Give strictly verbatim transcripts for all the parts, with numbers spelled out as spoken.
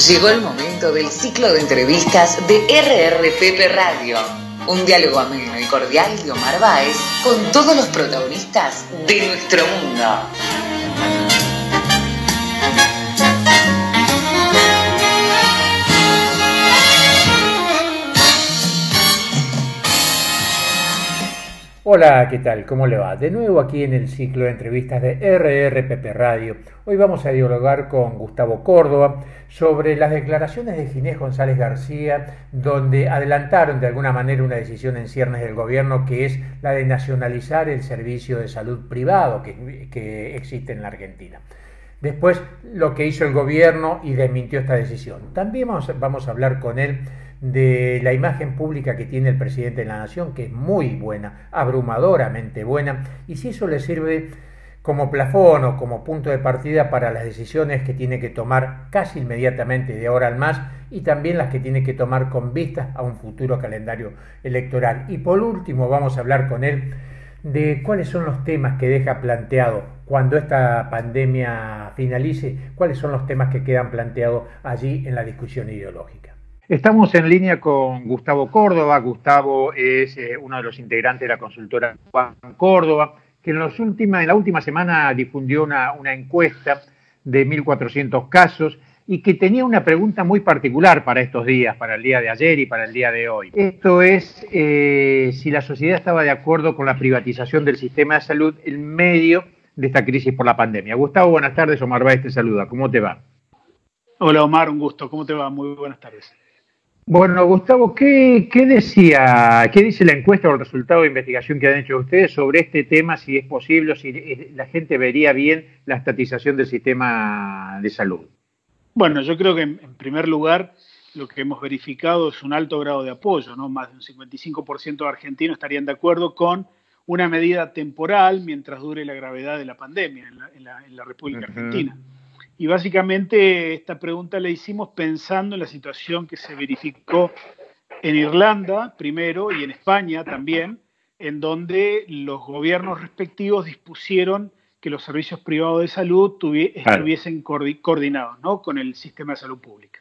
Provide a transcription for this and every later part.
Llegó el momento del ciclo de entrevistas de R R P P Radio. Un diálogo ameno y cordial de Omar Báez con todos los protagonistas de nuestro mundo. Hola, ¿qué tal? ¿Cómo le va? De nuevo aquí en el ciclo de entrevistas de R R P P Radio. Hoy vamos a dialogar con Gustavo Córdoba sobre las declaraciones de Ginés González García, donde adelantaron de alguna manera una decisión en ciernes del gobierno, que es la de nacionalizar el servicio de salud privado que, que existe en la Argentina. Después, lo que hizo el gobierno y desmintió esta decisión. También vamos, vamos a hablar con él de la imagen pública que tiene el presidente de la Nación, que es muy buena, abrumadoramente buena, y si eso le sirve como plafón o como punto de partida para las decisiones que tiene que tomar casi inmediatamente de ahora al más, y también las que tiene que tomar con vistas a un futuro calendario electoral. Y por último vamos a hablar con él de cuáles son los temas que deja planteado cuando esta pandemia finalice, cuáles son los temas que quedan planteados allí en la discusión ideológica. Estamos en línea con Gustavo Córdoba. Gustavo es eh, uno de los integrantes de la consultora Juan Córdoba, que en, los última, en la última semana difundió una, una encuesta de mil cuatrocientos casos y que tenía una pregunta muy particular para estos días, para el día de ayer y para el día de hoy. Esto es eh, si la sociedad estaba de acuerdo con la privatización del sistema de salud en medio de esta crisis por la pandemia. Gustavo, buenas tardes. Omar Báez te saluda. ¿Cómo te va? Hola Omar, un gusto. ¿Cómo te va? Muy buenas tardes. Bueno, Gustavo, ¿qué, qué decía, qué dice la encuesta o el resultado de investigación que han hecho ustedes sobre este tema, si es posible, si la gente vería bien la estatización del sistema de salud? Bueno, yo creo que en, en primer lugar lo que hemos verificado es un alto grado de apoyo, ¿no? Más de un cincuenta y cinco por ciento de argentinos estarían de acuerdo con una medida temporal mientras dure la gravedad de la pandemia en la, en la, en la República uh-huh. Argentina. Y básicamente esta pregunta la hicimos pensando en la situación que se verificó en Irlanda primero y en España también, en donde los gobiernos respectivos dispusieron que los servicios privados de salud tuvi- estuviesen coordi- coordinados, ¿no?, con el sistema de salud pública.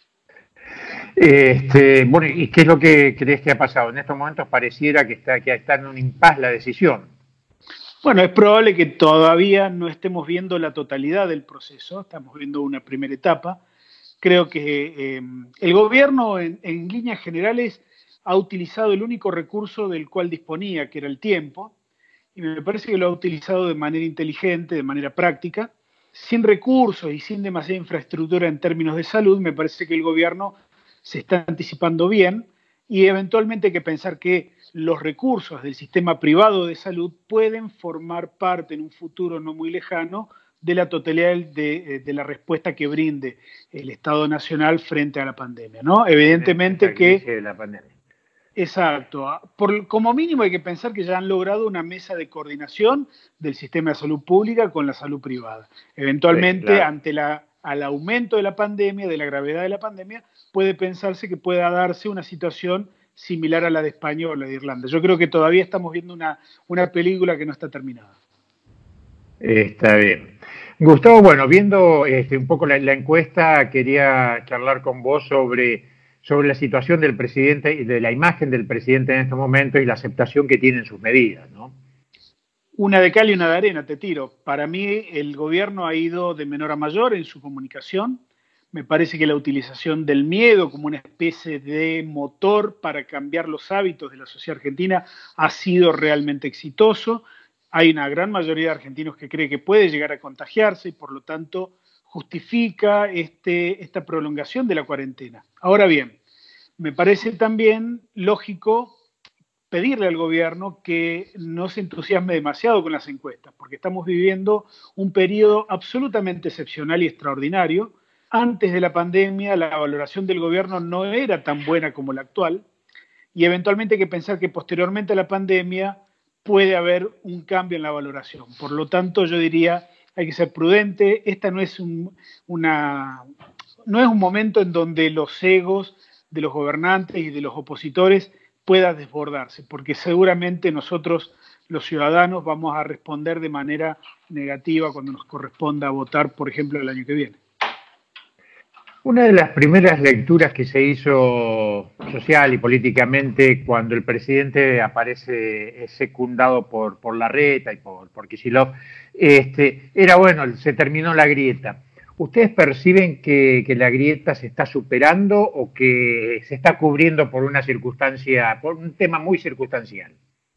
Este, bueno, ¿y qué es lo que crees que ha pasado? En estos momentos pareciera que está, que está en un impasse la decisión. Bueno, es probable que todavía no estemos viendo la totalidad del proceso, estamos viendo una primera etapa. Creo que eh, el gobierno, en, en líneas generales, ha utilizado el único recurso del cual disponía, que era el tiempo, y me parece que lo ha utilizado de manera inteligente, de manera práctica. Sin recursos y sin demasiada infraestructura en términos de salud, me parece que el gobierno se está anticipando bien, y eventualmente hay que pensar que los recursos del sistema privado de salud pueden formar parte en un futuro no muy lejano de la totalidad de, de la respuesta que brinde el Estado Nacional frente a la pandemia, ¿no? Evidentemente que... De la pandemia. Exacto. Por, como mínimo hay que pensar que ya han logrado una mesa de coordinación del sistema de salud pública con la salud privada. Eventualmente, sí, claro, ante la, al aumento de la pandemia, de la gravedad de la pandemia, puede pensarse que pueda darse una situación similar a la de España o la de Irlanda. Yo creo que todavía estamos viendo una, una película que no está terminada. Está bien. Gustavo, bueno, viendo este, un poco la, la encuesta, quería charlar con vos sobre, sobre la situación del presidente y de la imagen del presidente en estos momentos y la aceptación que tienen sus medidas, ¿no? Una de cal y una de arena, te tiro. Para mí el gobierno ha ido de menor a mayor en su comunicación. Me parece que la utilización del miedo como una especie de motor para cambiar los hábitos de la sociedad argentina ha sido realmente exitoso. Hay una gran mayoría de argentinos que cree que puede llegar a contagiarse y por lo tanto justifica este, esta prolongación de la cuarentena. Ahora bien, me parece también lógico pedirle al gobierno que no se entusiasme demasiado con las encuestas, porque estamos viviendo un periodo absolutamente excepcional y extraordinario. Antes de la pandemia, la valoración del gobierno no era tan buena como la actual, y eventualmente hay que pensar que posteriormente a la pandemia puede haber un cambio en la valoración. Por lo tanto, yo diría, hay que ser prudente. Esta no es un, una, no es un momento en donde los egos de los gobernantes y de los opositores pueda desbordarse, porque seguramente nosotros, los ciudadanos, vamos a responder de manera negativa cuando nos corresponda votar, por ejemplo, el año que viene. Una de las primeras lecturas que se hizo social y políticamente cuando el presidente aparece es secundado por, por Larreta y por, por Kicillof, este, era bueno, se terminó la grieta. ¿Ustedes perciben que, que la grieta se está superando o que se está cubriendo por una circunstancia, por un tema muy circunstancial?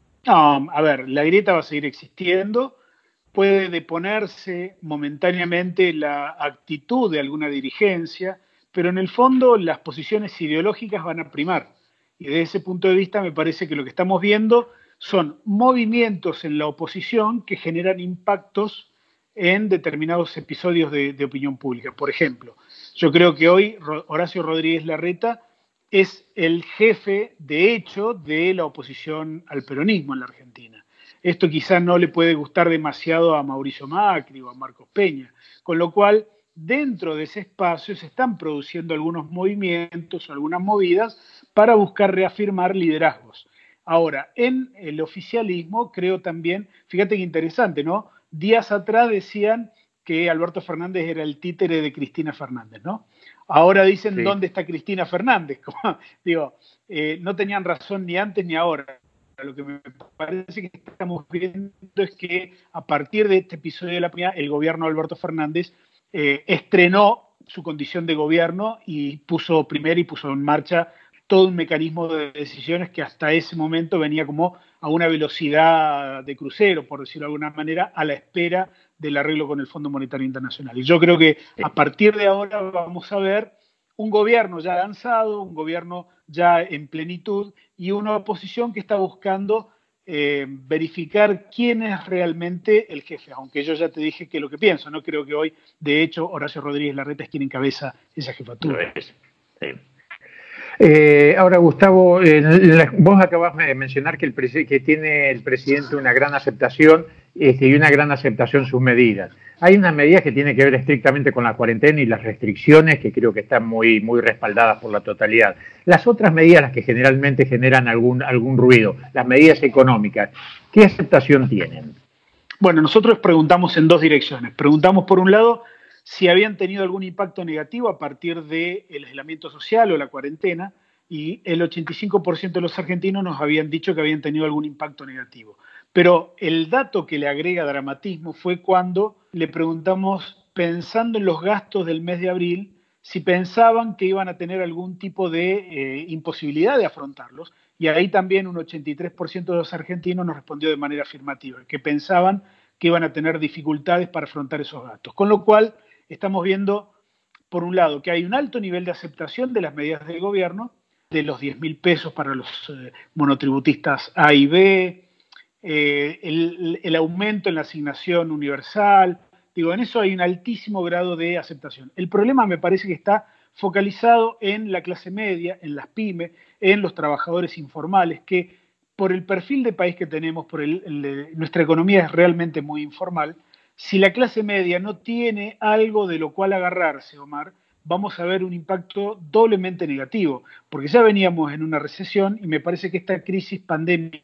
No, a ver, la grieta va a seguir existiendo, puede deponerse momentáneamente la actitud de alguna dirigencia, pero en el fondo las posiciones ideológicas van a primar. Y desde ese punto de vista me parece que lo que estamos viendo son movimientos en la oposición que generan impactos en determinados episodios de, de opinión pública. Por ejemplo, yo creo que hoy Horacio Rodríguez Larreta es el jefe, de hecho, de la oposición al peronismo en la Argentina. Esto quizás no le puede gustar demasiado a Mauricio Macri o a Marcos Peña, con lo cual dentro de ese espacio se están produciendo algunos movimientos o algunas movidas para buscar reafirmar liderazgos. Ahora, en el oficialismo creo también, fíjate qué interesante, ¿no? Días atrás decían que Alberto Fernández era el títere de Cristina Fernández, ¿no? Ahora dicen, sí, ¿dónde está Cristina Fernández? Como, digo, eh, no tenían razón ni antes ni ahora. Lo que me parece que estamos viendo es que a partir de este episodio de la pandemia, el gobierno de Alberto Fernández eh, estrenó su condición de gobierno y puso primero y puso en marcha todo un mecanismo de decisiones que hasta ese momento venía como a una velocidad de crucero, por decirlo de alguna manera, a la espera del arreglo con el Fondo Monetario Internacional. Y yo creo que a partir de ahora vamos a ver un gobierno ya lanzado, un gobierno ya en plenitud y una oposición que está buscando eh, verificar quién es realmente el jefe, aunque yo ya te dije que lo que pienso, no creo que hoy, de hecho, Horacio Rodríguez Larreta es quien encabeza esa jefatura. Sí. Eh, ahora, Gustavo, eh, la, vos acabás de mencionar que, el que tiene el presidente una gran aceptación este, y una gran aceptación sus medidas. Hay unas medidas que tienen que ver estrictamente con la cuarentena y las restricciones que creo que están muy, muy respaldadas por la totalidad. Las otras medidas, las que generalmente generan algún, algún ruido, las medidas económicas, ¿qué aceptación tienen? Bueno, nosotros preguntamos en dos direcciones. Preguntamos, por un lado, si habían tenido algún impacto negativo a partir del aislamiento social o la cuarentena, y el ochenta y cinco por ciento de los argentinos nos habían dicho que habían tenido algún impacto negativo. Pero el dato que le agrega dramatismo fue cuando le preguntamos, pensando en los gastos del mes de abril, si pensaban que iban a tener algún tipo de eh, imposibilidad de afrontarlos, y ahí también un ochenta y tres por ciento de los argentinos nos respondió de manera afirmativa, que pensaban que iban a tener dificultades para afrontar esos gastos. Con lo cual, estamos viendo, por un lado, que hay un alto nivel de aceptación de las medidas del gobierno, de los diez mil pesos para los eh, monotributistas A y B, eh, el, el aumento en la asignación universal. Digo, en eso hay un altísimo grado de aceptación. El problema me parece que está focalizado en la clase media, en las pymes, en los trabajadores informales, que por el perfil de país que tenemos, por el, el, nuestra economía es realmente muy informal. Si la clase media no tiene algo de lo cual agarrarse, Omar, vamos a ver un impacto doblemente negativo, porque ya veníamos en una recesión y me parece que esta crisis pandémica,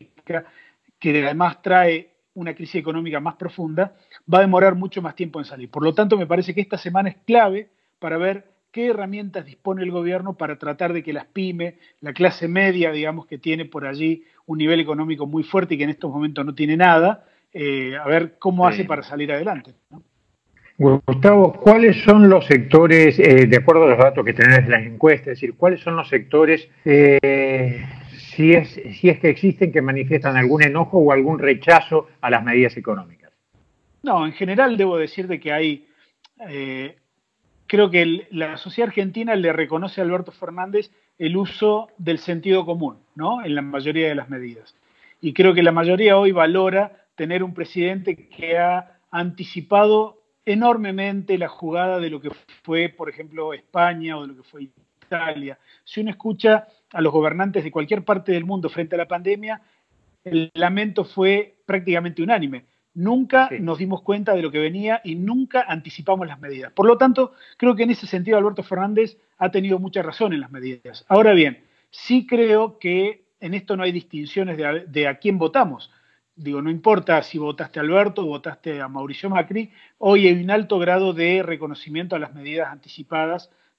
que además trae una crisis económica más profunda, va a demorar mucho más tiempo en salir. Por lo tanto, me parece que esta semana es clave para ver qué herramientas dispone el gobierno para tratar de que las pymes, la clase media, digamos, que tiene por allí un nivel económico muy fuerte y que en estos momentos no tiene nada, eh, a ver cómo sí. hace para salir adelante, ¿no? Gustavo, ¿cuáles son los sectores, eh, de acuerdo a los datos que tenés de las encuestas, es decir, cuáles son los sectores, eh, si, es, si es que existen, que manifiestan algún enojo o algún rechazo a las medidas económicas? No, en general debo decirte que hay, eh, creo que el, la sociedad argentina le reconoce a Alberto Fernández el uso del sentido común, ¿no? En la mayoría de las medidas. Y creo que la mayoría hoy valora tener un presidente que ha anticipado enormemente la jugada de lo que fue, por ejemplo, España o de lo que fue Italia. Si uno escucha a los gobernantes de cualquier parte del mundo frente a la pandemia, el lamento fue prácticamente unánime. Nunca sí. nos dimos cuenta de lo que venía y nunca anticipamos las medidas. Por lo tanto, creo que en ese sentido Alberto Fernández ha tenido mucha razón en las medidas. Ahora bien, sí creo que en esto no hay distinciones de a, de a quién votamos. Digo, no importa si votaste a Alberto o votaste a Mauricio Macri, hoy hay un alto grado de reconocimiento a las medidas anticipadas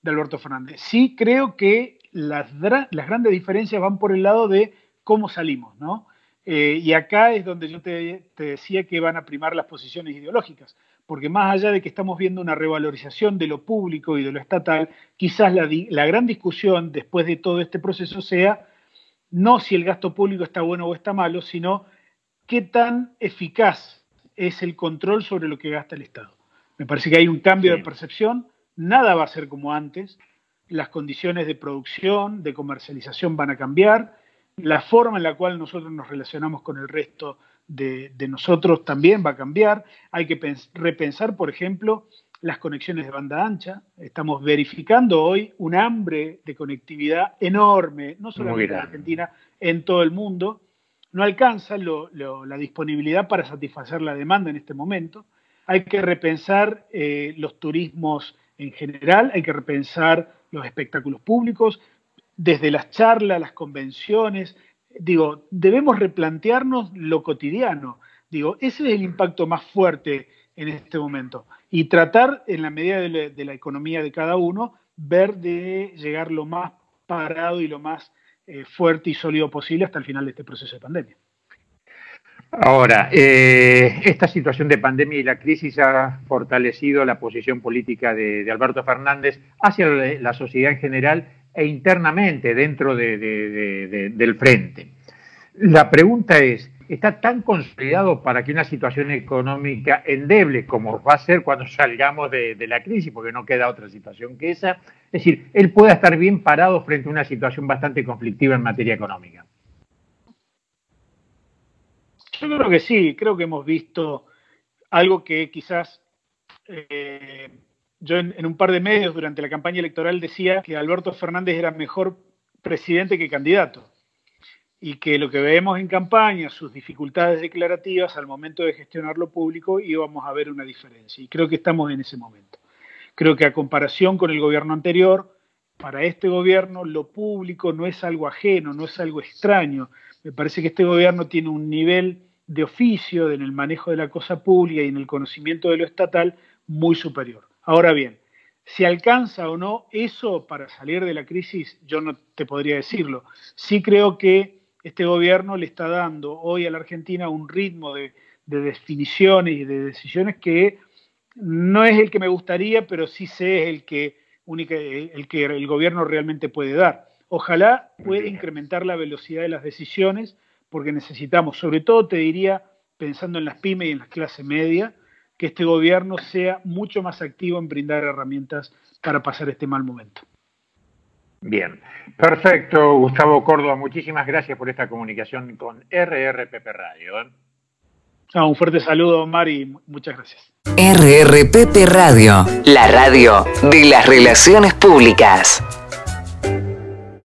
de Alberto Fernández. Sí creo que las, las grandes diferencias van por el lado de cómo salimos, ¿no? Eh, y acá es donde yo te, te decía que van a primar las posiciones ideológicas, porque más allá de que estamos viendo una revalorización de lo público y de lo estatal, quizás la, la gran discusión después de todo este proceso sea no si el gasto público está bueno o está malo, sino qué tan eficaz es el control sobre lo que gasta el Estado. Me parece que hay un cambio sí. de percepción, nada va a ser como antes, las condiciones de producción, de comercialización van a cambiar, la forma en la cual nosotros nos relacionamos con el resto de, de nosotros también va a cambiar. Hay que repensar, por ejemplo, las conexiones de banda ancha. Estamos verificando hoy un hambre de conectividad enorme, no solamente en Argentina, en todo el mundo. No alcanza lo, lo, la disponibilidad para satisfacer la demanda en este momento. Hay que repensar eh, los turismos en general, hay que repensar los espectáculos públicos, desde las charlas, las convenciones. Digo, debemos replantearnos lo cotidiano. Digo, ese es el impacto más fuerte en este momento. Y tratar, en la medida de la, de la economía de cada uno, ver de llegar lo más parado y lo más eh, fuerte y sólido posible hasta el final de este proceso de pandemia. Ahora, eh, esta situación de pandemia y la crisis ha fortalecido la posición política de, de Alberto Fernández hacia la sociedad en general e internamente dentro de, de, de, de, del frente. La pregunta es, ¿está tan consolidado para que una situación económica endeble como va a ser cuando salgamos de, de la crisis, porque no queda otra situación que esa, es decir, él pueda estar bien parado frente a una situación bastante conflictiva en materia económica? Yo creo que sí, creo que hemos visto algo que quizás eh, yo en, en un par de medios durante la campaña electoral decía que Alberto Fernández era mejor presidente que candidato y que lo que vemos en campaña, sus dificultades declarativas al momento de gestionar lo público, íbamos a ver una diferencia y creo que estamos en ese momento. Creo que a comparación con el gobierno anterior, para este gobierno lo público no es algo ajeno, no es algo extraño. Me parece que este gobierno tiene un nivel de oficio en el manejo de la cosa pública y en el conocimiento de lo estatal muy superior. Ahora bien, si alcanza o no eso para salir de la crisis, yo no te podría decirlo. Sí creo que este gobierno le está dando hoy a la Argentina un ritmo de, de definiciones y de decisiones que no es el que me gustaría, pero sí sé es el que, única, el que el gobierno realmente puede dar. Ojalá pueda incrementar la velocidad de las decisiones, porque necesitamos, sobre todo te diría, pensando en las pymes y en las clases media, que este gobierno sea mucho más activo en brindar herramientas para pasar este mal momento. Bien, perfecto, Gustavo Córdoba, muchísimas gracias por esta comunicación con R R P P Radio. ¿eh? Ah, un fuerte saludo, Omar, y muchas gracias. R R P P Radio, la radio de las relaciones públicas.